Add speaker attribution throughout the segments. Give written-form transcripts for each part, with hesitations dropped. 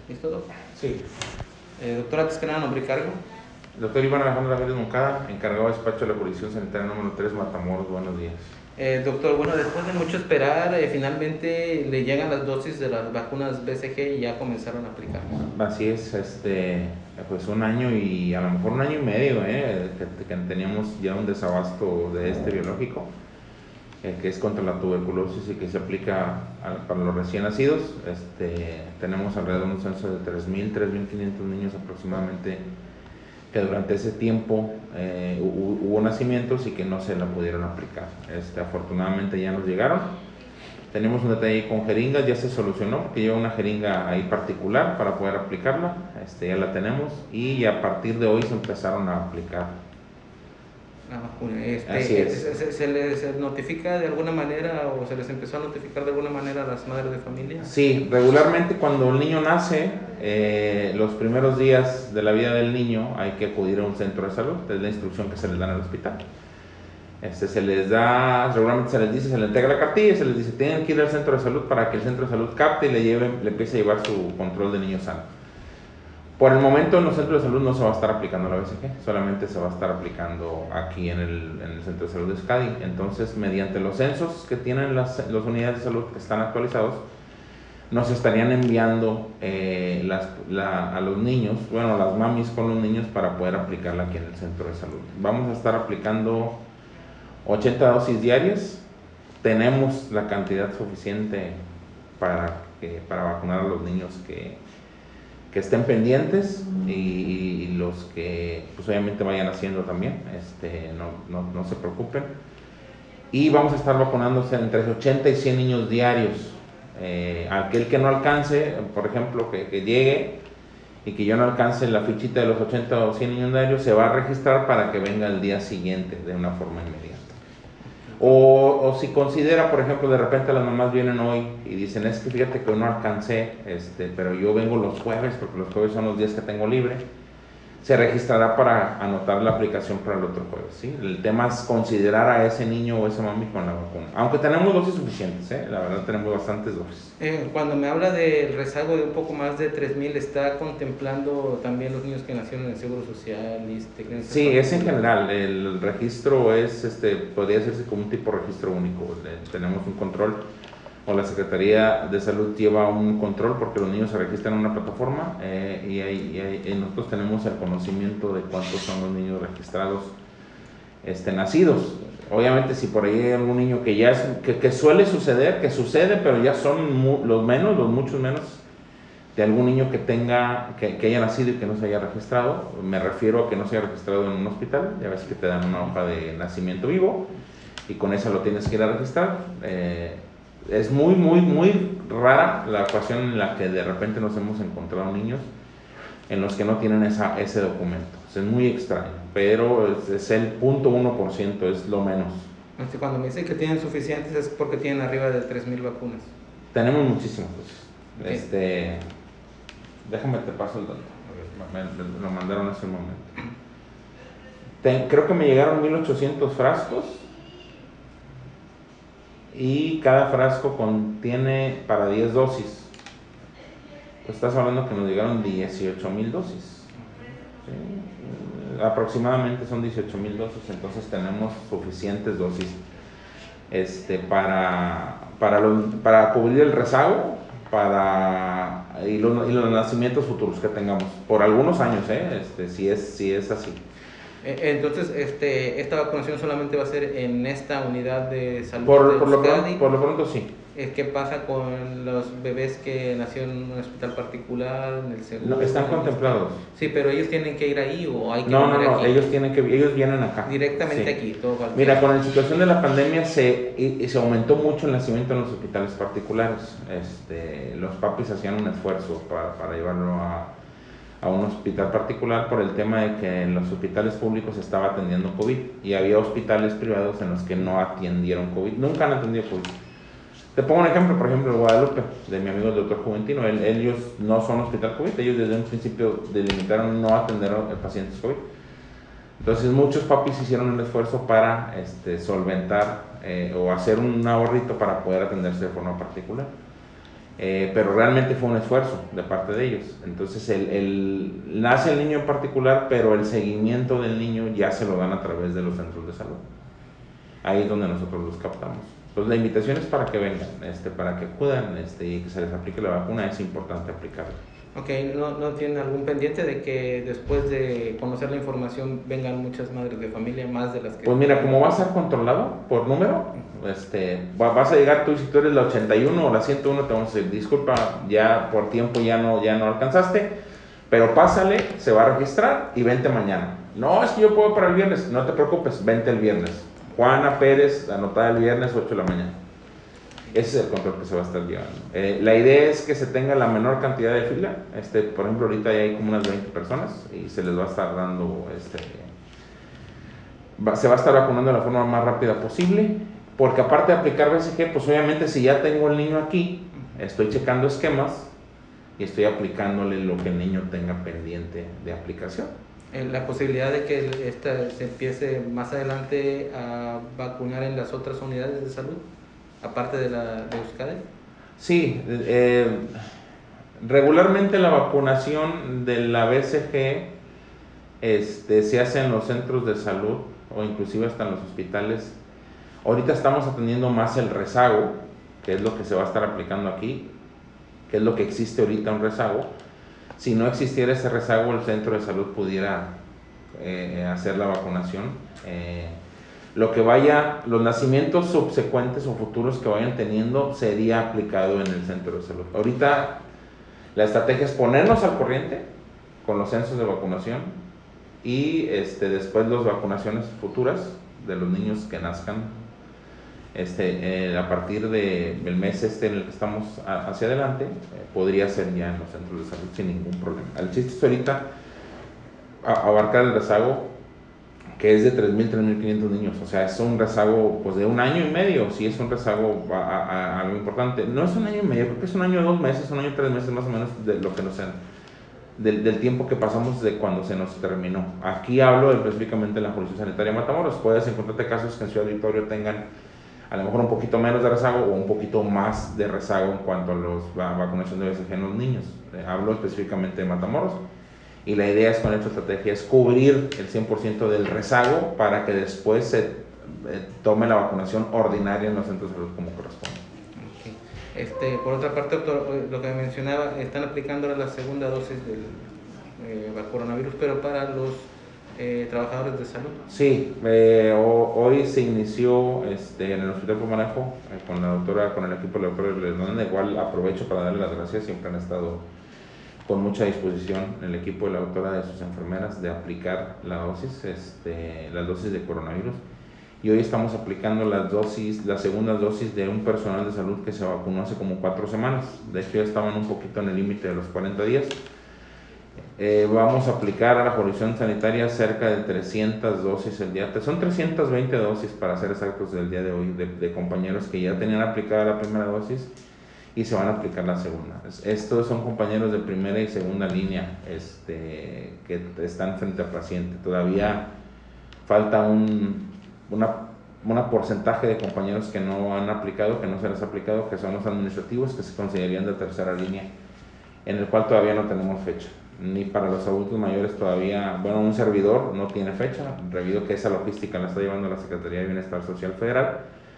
Speaker 1: ¿Listo, doctor?
Speaker 2: Sí.
Speaker 1: Doctor, antes que nada, nombre y cargo.
Speaker 2: Doctor Iván Alejandro Ramírez Moncada, encargado de despacho de la Jurisdicción Sanitaria número 3, Matamoros. Buenos días.
Speaker 1: Doctor, bueno, después de mucho esperar, finalmente le llegan las dosis de las vacunas BCG y ya comenzaron a aplicar.
Speaker 2: Así es, pues un año y a lo mejor un año y medio, que teníamos ya un desabasto de este biológico, que es contra la tuberculosis y que se aplica para los recién nacidos. Tenemos alrededor de un censo de 3.500 niños aproximadamente que durante ese tiempo hubo nacimientos y que no se la pudieron aplicar. Afortunadamente ya nos llegaron. Tenemos un detalle con jeringas, ya se solucionó porque lleva una jeringa ahí particular para poder aplicarla. Ya la tenemos y a partir de hoy se empezaron a aplicar.
Speaker 1: La vacuna.
Speaker 2: Así es.
Speaker 1: ¿Se les notifica de alguna manera o se les empezó a notificar de alguna manera a las madres de familia?
Speaker 2: Sí, regularmente cuando el niño nace, los primeros días de la vida del niño hay que acudir a un centro de salud, es la instrucción que se les da en el hospital. Se les da, regularmente se les dice, se les entrega la cartilla y se les dice, tienen que ir al centro de salud para que el centro de salud capte y le empiece a llevar su control de niño sano. Por el momento en los centros de salud no se va a estar aplicando la BCG, solamente se va a estar aplicando aquí en el centro de salud de Euskadi. Entonces, mediante los censos que tienen las unidades de salud que están actualizados, nos estarían enviando a los niños, bueno, las mamis con los niños para poder aplicarla aquí en el centro de salud. Vamos a estar aplicando 80 dosis diarias. Tenemos la cantidad suficiente para vacunar a los niños que estén pendientes y los que pues obviamente vayan haciendo también, no se preocupen. Y vamos a estar vacunándose entre 80 y 100 niños diarios. Aquel que no alcance, por ejemplo, que llegue y que yo no alcance la fichita de los 80 o 100 niños diarios, se va a registrar para que venga el día siguiente de una forma inmediata. O si considera, por ejemplo, de repente las mamás vienen hoy y dicen, es que fíjate que no alcancé, pero yo vengo los jueves, porque los jueves son los días que tengo libre, se registrará para anotar la aplicación para el otro jueves, ¿sí? El tema es considerar a ese niño o esa mami con la vacuna, aunque tenemos dosis suficientes, la verdad tenemos bastantes dosis.
Speaker 1: Cuando me habla del rezago de un poco más de 3.000, ¿está contemplando también los niños que nacieron en el Seguro Social?
Speaker 2: Sí, es en general, el registro es, podría hacerse como un tipo de registro único. Tenemos un control, o la Secretaría de Salud lleva un control porque los niños se registran en una plataforma y nosotros tenemos el conocimiento de cuántos son los niños registrados nacidos. Obviamente si por ahí hay algún niño que ya que suele suceder, que sucede, pero ya son los muchos menos de algún niño que haya nacido y que no se haya registrado. Me refiero a que no se haya registrado en un hospital. Ya ves que te dan una hoja de nacimiento vivo y con esa lo tienes que ir a registrar. Es muy, muy, muy rara la ocasión en la que de repente nos hemos encontrado niños en los que no tienen ese documento. Es muy extraño, pero es el 0.1%, es lo menos.
Speaker 1: Cuando me dice que tienen suficientes es porque tienen arriba de 3.000 vacunas.
Speaker 2: Tenemos muchísimas dosis.
Speaker 1: Okay.
Speaker 2: Déjame te paso el dato. Me lo mandaron hace un momento. Creo que me llegaron 1.800 frascos y cada frasco contiene para 10 dosis. Pues estás hablando que nos llegaron 18.000 dosis. ¿Sí? Aproximadamente son 18.000 dosis, entonces tenemos suficientes dosis para cubrir el rezago y los nacimientos futuros que tengamos por algunos años, si es así.
Speaker 1: Entonces, esta vacunación solamente va a ser en esta unidad de salud
Speaker 2: por lo pronto sí.
Speaker 1: ¿Qué pasa con los bebés que nacieron en un hospital particular, en el seguro?
Speaker 2: No, están contemplados.
Speaker 1: Sí, pero ellos tienen que ir ahí o hay que
Speaker 2: No,
Speaker 1: aquí.
Speaker 2: ellos vienen acá.
Speaker 1: Directamente
Speaker 2: sí.
Speaker 1: aquí, todo cualquier.
Speaker 2: Mira, con la situación de la pandemia se aumentó mucho el nacimiento en los hospitales particulares. Los papis hacían un esfuerzo para llevarlo a un hospital particular por el tema de que en los hospitales públicos se estaba atendiendo COVID y había hospitales privados en los que no atendieron COVID, nunca han atendido COVID. Te pongo un ejemplo, por ejemplo, Guadalupe, de mi amigo el doctor Juventino. Ellos no son hospital COVID, ellos desde un principio delimitaron no atender a pacientes COVID. Entonces muchos papis hicieron un esfuerzo para solventar o hacer un ahorrito para poder atenderse de forma particular. pero realmente fue un esfuerzo de parte de ellos. Entonces nace el niño en particular, pero el seguimiento del niño ya se lo dan a través de los centros de salud. Ahí es donde nosotros los captamos. Entonces la invitación es para que vengan, para que acudan y que se les aplique la vacuna. Es importante aplicarla.
Speaker 1: Ok, ¿no tienen algún pendiente de que después de conocer la información vengan muchas madres de familia, más de las que...
Speaker 2: Pues mira, como va a ser controlado por número, vas a llegar tú, si tú eres la 81 o la 101, te vamos a decir, disculpa, ya por tiempo ya no alcanzaste, pero pásale, se va a registrar y vente mañana. No, es que yo puedo para el viernes, no te preocupes, vente el viernes. Juana Pérez, anotada el viernes 8 de la mañana. Ese es el control que se va a estar llevando. La idea es que se tenga la menor cantidad de fila. Por ejemplo, ahorita ya hay como unas 20 personas y se les va a estar dando, se va a estar vacunando de la forma más rápida posible, porque aparte de aplicar BCG, pues obviamente si ya tengo el niño aquí, estoy checando esquemas y estoy aplicándole lo que el niño tenga pendiente de aplicación.
Speaker 1: La posibilidad de que se empiece más adelante a vacunar en las otras unidades de salud, aparte de la de Euskadi.
Speaker 2: Sí, regularmente la vacunación de la BCG se hace en los centros de salud o inclusive hasta en los hospitales. Ahorita estamos atendiendo más el rezago, que es lo que se va a estar aplicando aquí, que es lo que existe ahorita, un rezago. Si no existiera ese rezago, el centro de salud pudiera hacer la vacunación. Los nacimientos subsecuentes o futuros que vayan teniendo sería aplicado en el centro de salud. Ahorita la estrategia es ponernos al corriente con los censos de vacunación y después las vacunaciones futuras de los niños que nazcan a partir del mes en el que estamos hacia adelante, podría ser ya en los centros de salud sin ningún problema. El chiste es ahorita abarcar el rezago, que es de 3.000, 3.500 niños. O sea, es un rezago pues de 1 año y medio. Sí, es un rezago algo importante. No es 1 año y medio, creo que es 1 año 2 meses, 1 año 3 meses más o menos de lo que nos del tiempo que pasamos de cuando se nos terminó. Aquí hablo específicamente de la Jurisdicción Sanitaria de Matamoros. Puedes encontrarte casos que en Ciudad Victoria tengan a lo mejor un poquito menos de rezago o un poquito más de rezago en cuanto a la vacunación de BCG en los niños. Hablo específicamente de Matamoros. Y la idea es con esta estrategia es cubrir el 100% del rezago para que después se tome la vacunación ordinaria en los centros de salud como corresponde.
Speaker 1: Okay. Por otra parte, doctor, lo que mencionaba, están aplicando ahora la segunda dosis del coronavirus, pero para los trabajadores de salud.
Speaker 2: Sí, hoy se inició en el Hospital Pumarejo con el equipo de la doctora Hernández. Igual aprovecho para darle las gracias, siempre han estado con mucha disposición el equipo de la doctora, de sus enfermeras, de aplicar las dosis de coronavirus. Y hoy estamos aplicando las segundas dosis de un personal de salud que se vacunó hace como 4 semanas. De hecho, ya estaban un poquito en el límite de los 40 días. Vamos a aplicar a la jurisdicción sanitaria cerca de 300 dosis el día. Son 320 dosis para ser exactos del día de hoy, de compañeros que ya tenían aplicada la primera dosis y se van a aplicar la segunda. Estos son compañeros de primera y segunda línea que están frente al paciente. Todavía falta una porcentaje de compañeros que no han aplicado, que no se les ha aplicado, que son los administrativos, que se considerarían de tercera línea, en el cual todavía no tenemos fecha. Ni para los adultos mayores todavía, un servidor no tiene fecha, debido a que esa logística la está llevando la Secretaría de Bienestar Social Federal.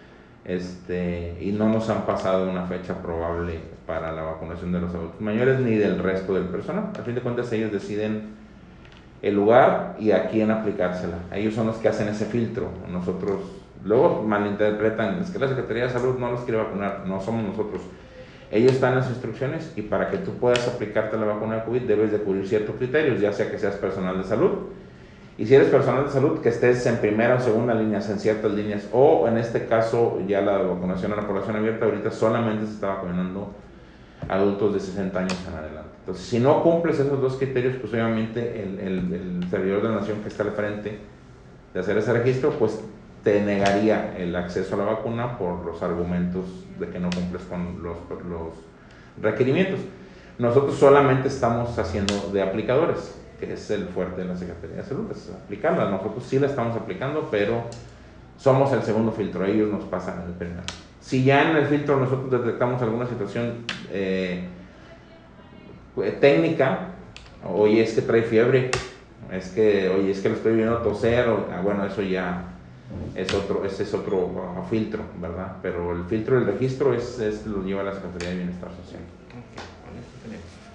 Speaker 2: Y no nos han pasado una fecha probable para la vacunación de los adultos mayores ni del resto del personal. A fin de cuentas ellos deciden el lugar y a quién aplicársela. Ellos son los que hacen ese filtro. Nosotros luego malinterpretan, es que la Secretaría de Salud no los quiere vacunar, no somos nosotros. Ellos están en las instrucciones y para que tú puedas aplicarte la vacuna de COVID debes de cubrir ciertos criterios, ya sea que seas personal de salud. Y si eres personal de salud, que estés en primera o segunda línea, en ciertas líneas, o en este caso ya la vacunación a la población abierta, ahorita solamente se está vacunando adultos de 60 años en adelante. Entonces, si no cumples esos 2 criterios, pues obviamente el servidor de la nación que está al frente de hacer ese registro, pues te negaría el acceso a la vacuna por los argumentos de que no cumples con los requerimientos. Nosotros solamente estamos haciendo de aplicadores, que es el fuerte de la Secretaría de Salud, es aplicarla. Nosotros sí la estamos aplicando, pero somos el segundo filtro, ellos nos pasan el primero. Si ya en el filtro nosotros detectamos alguna situación técnica, oye, es que trae fiebre, oye, es que lo estoy viendo toser, bueno, eso ya ese es otro filtro, ¿verdad? Pero el filtro del registro lo lleva la Secretaría de Bienestar Social.
Speaker 1: Ok, con eso tenemos.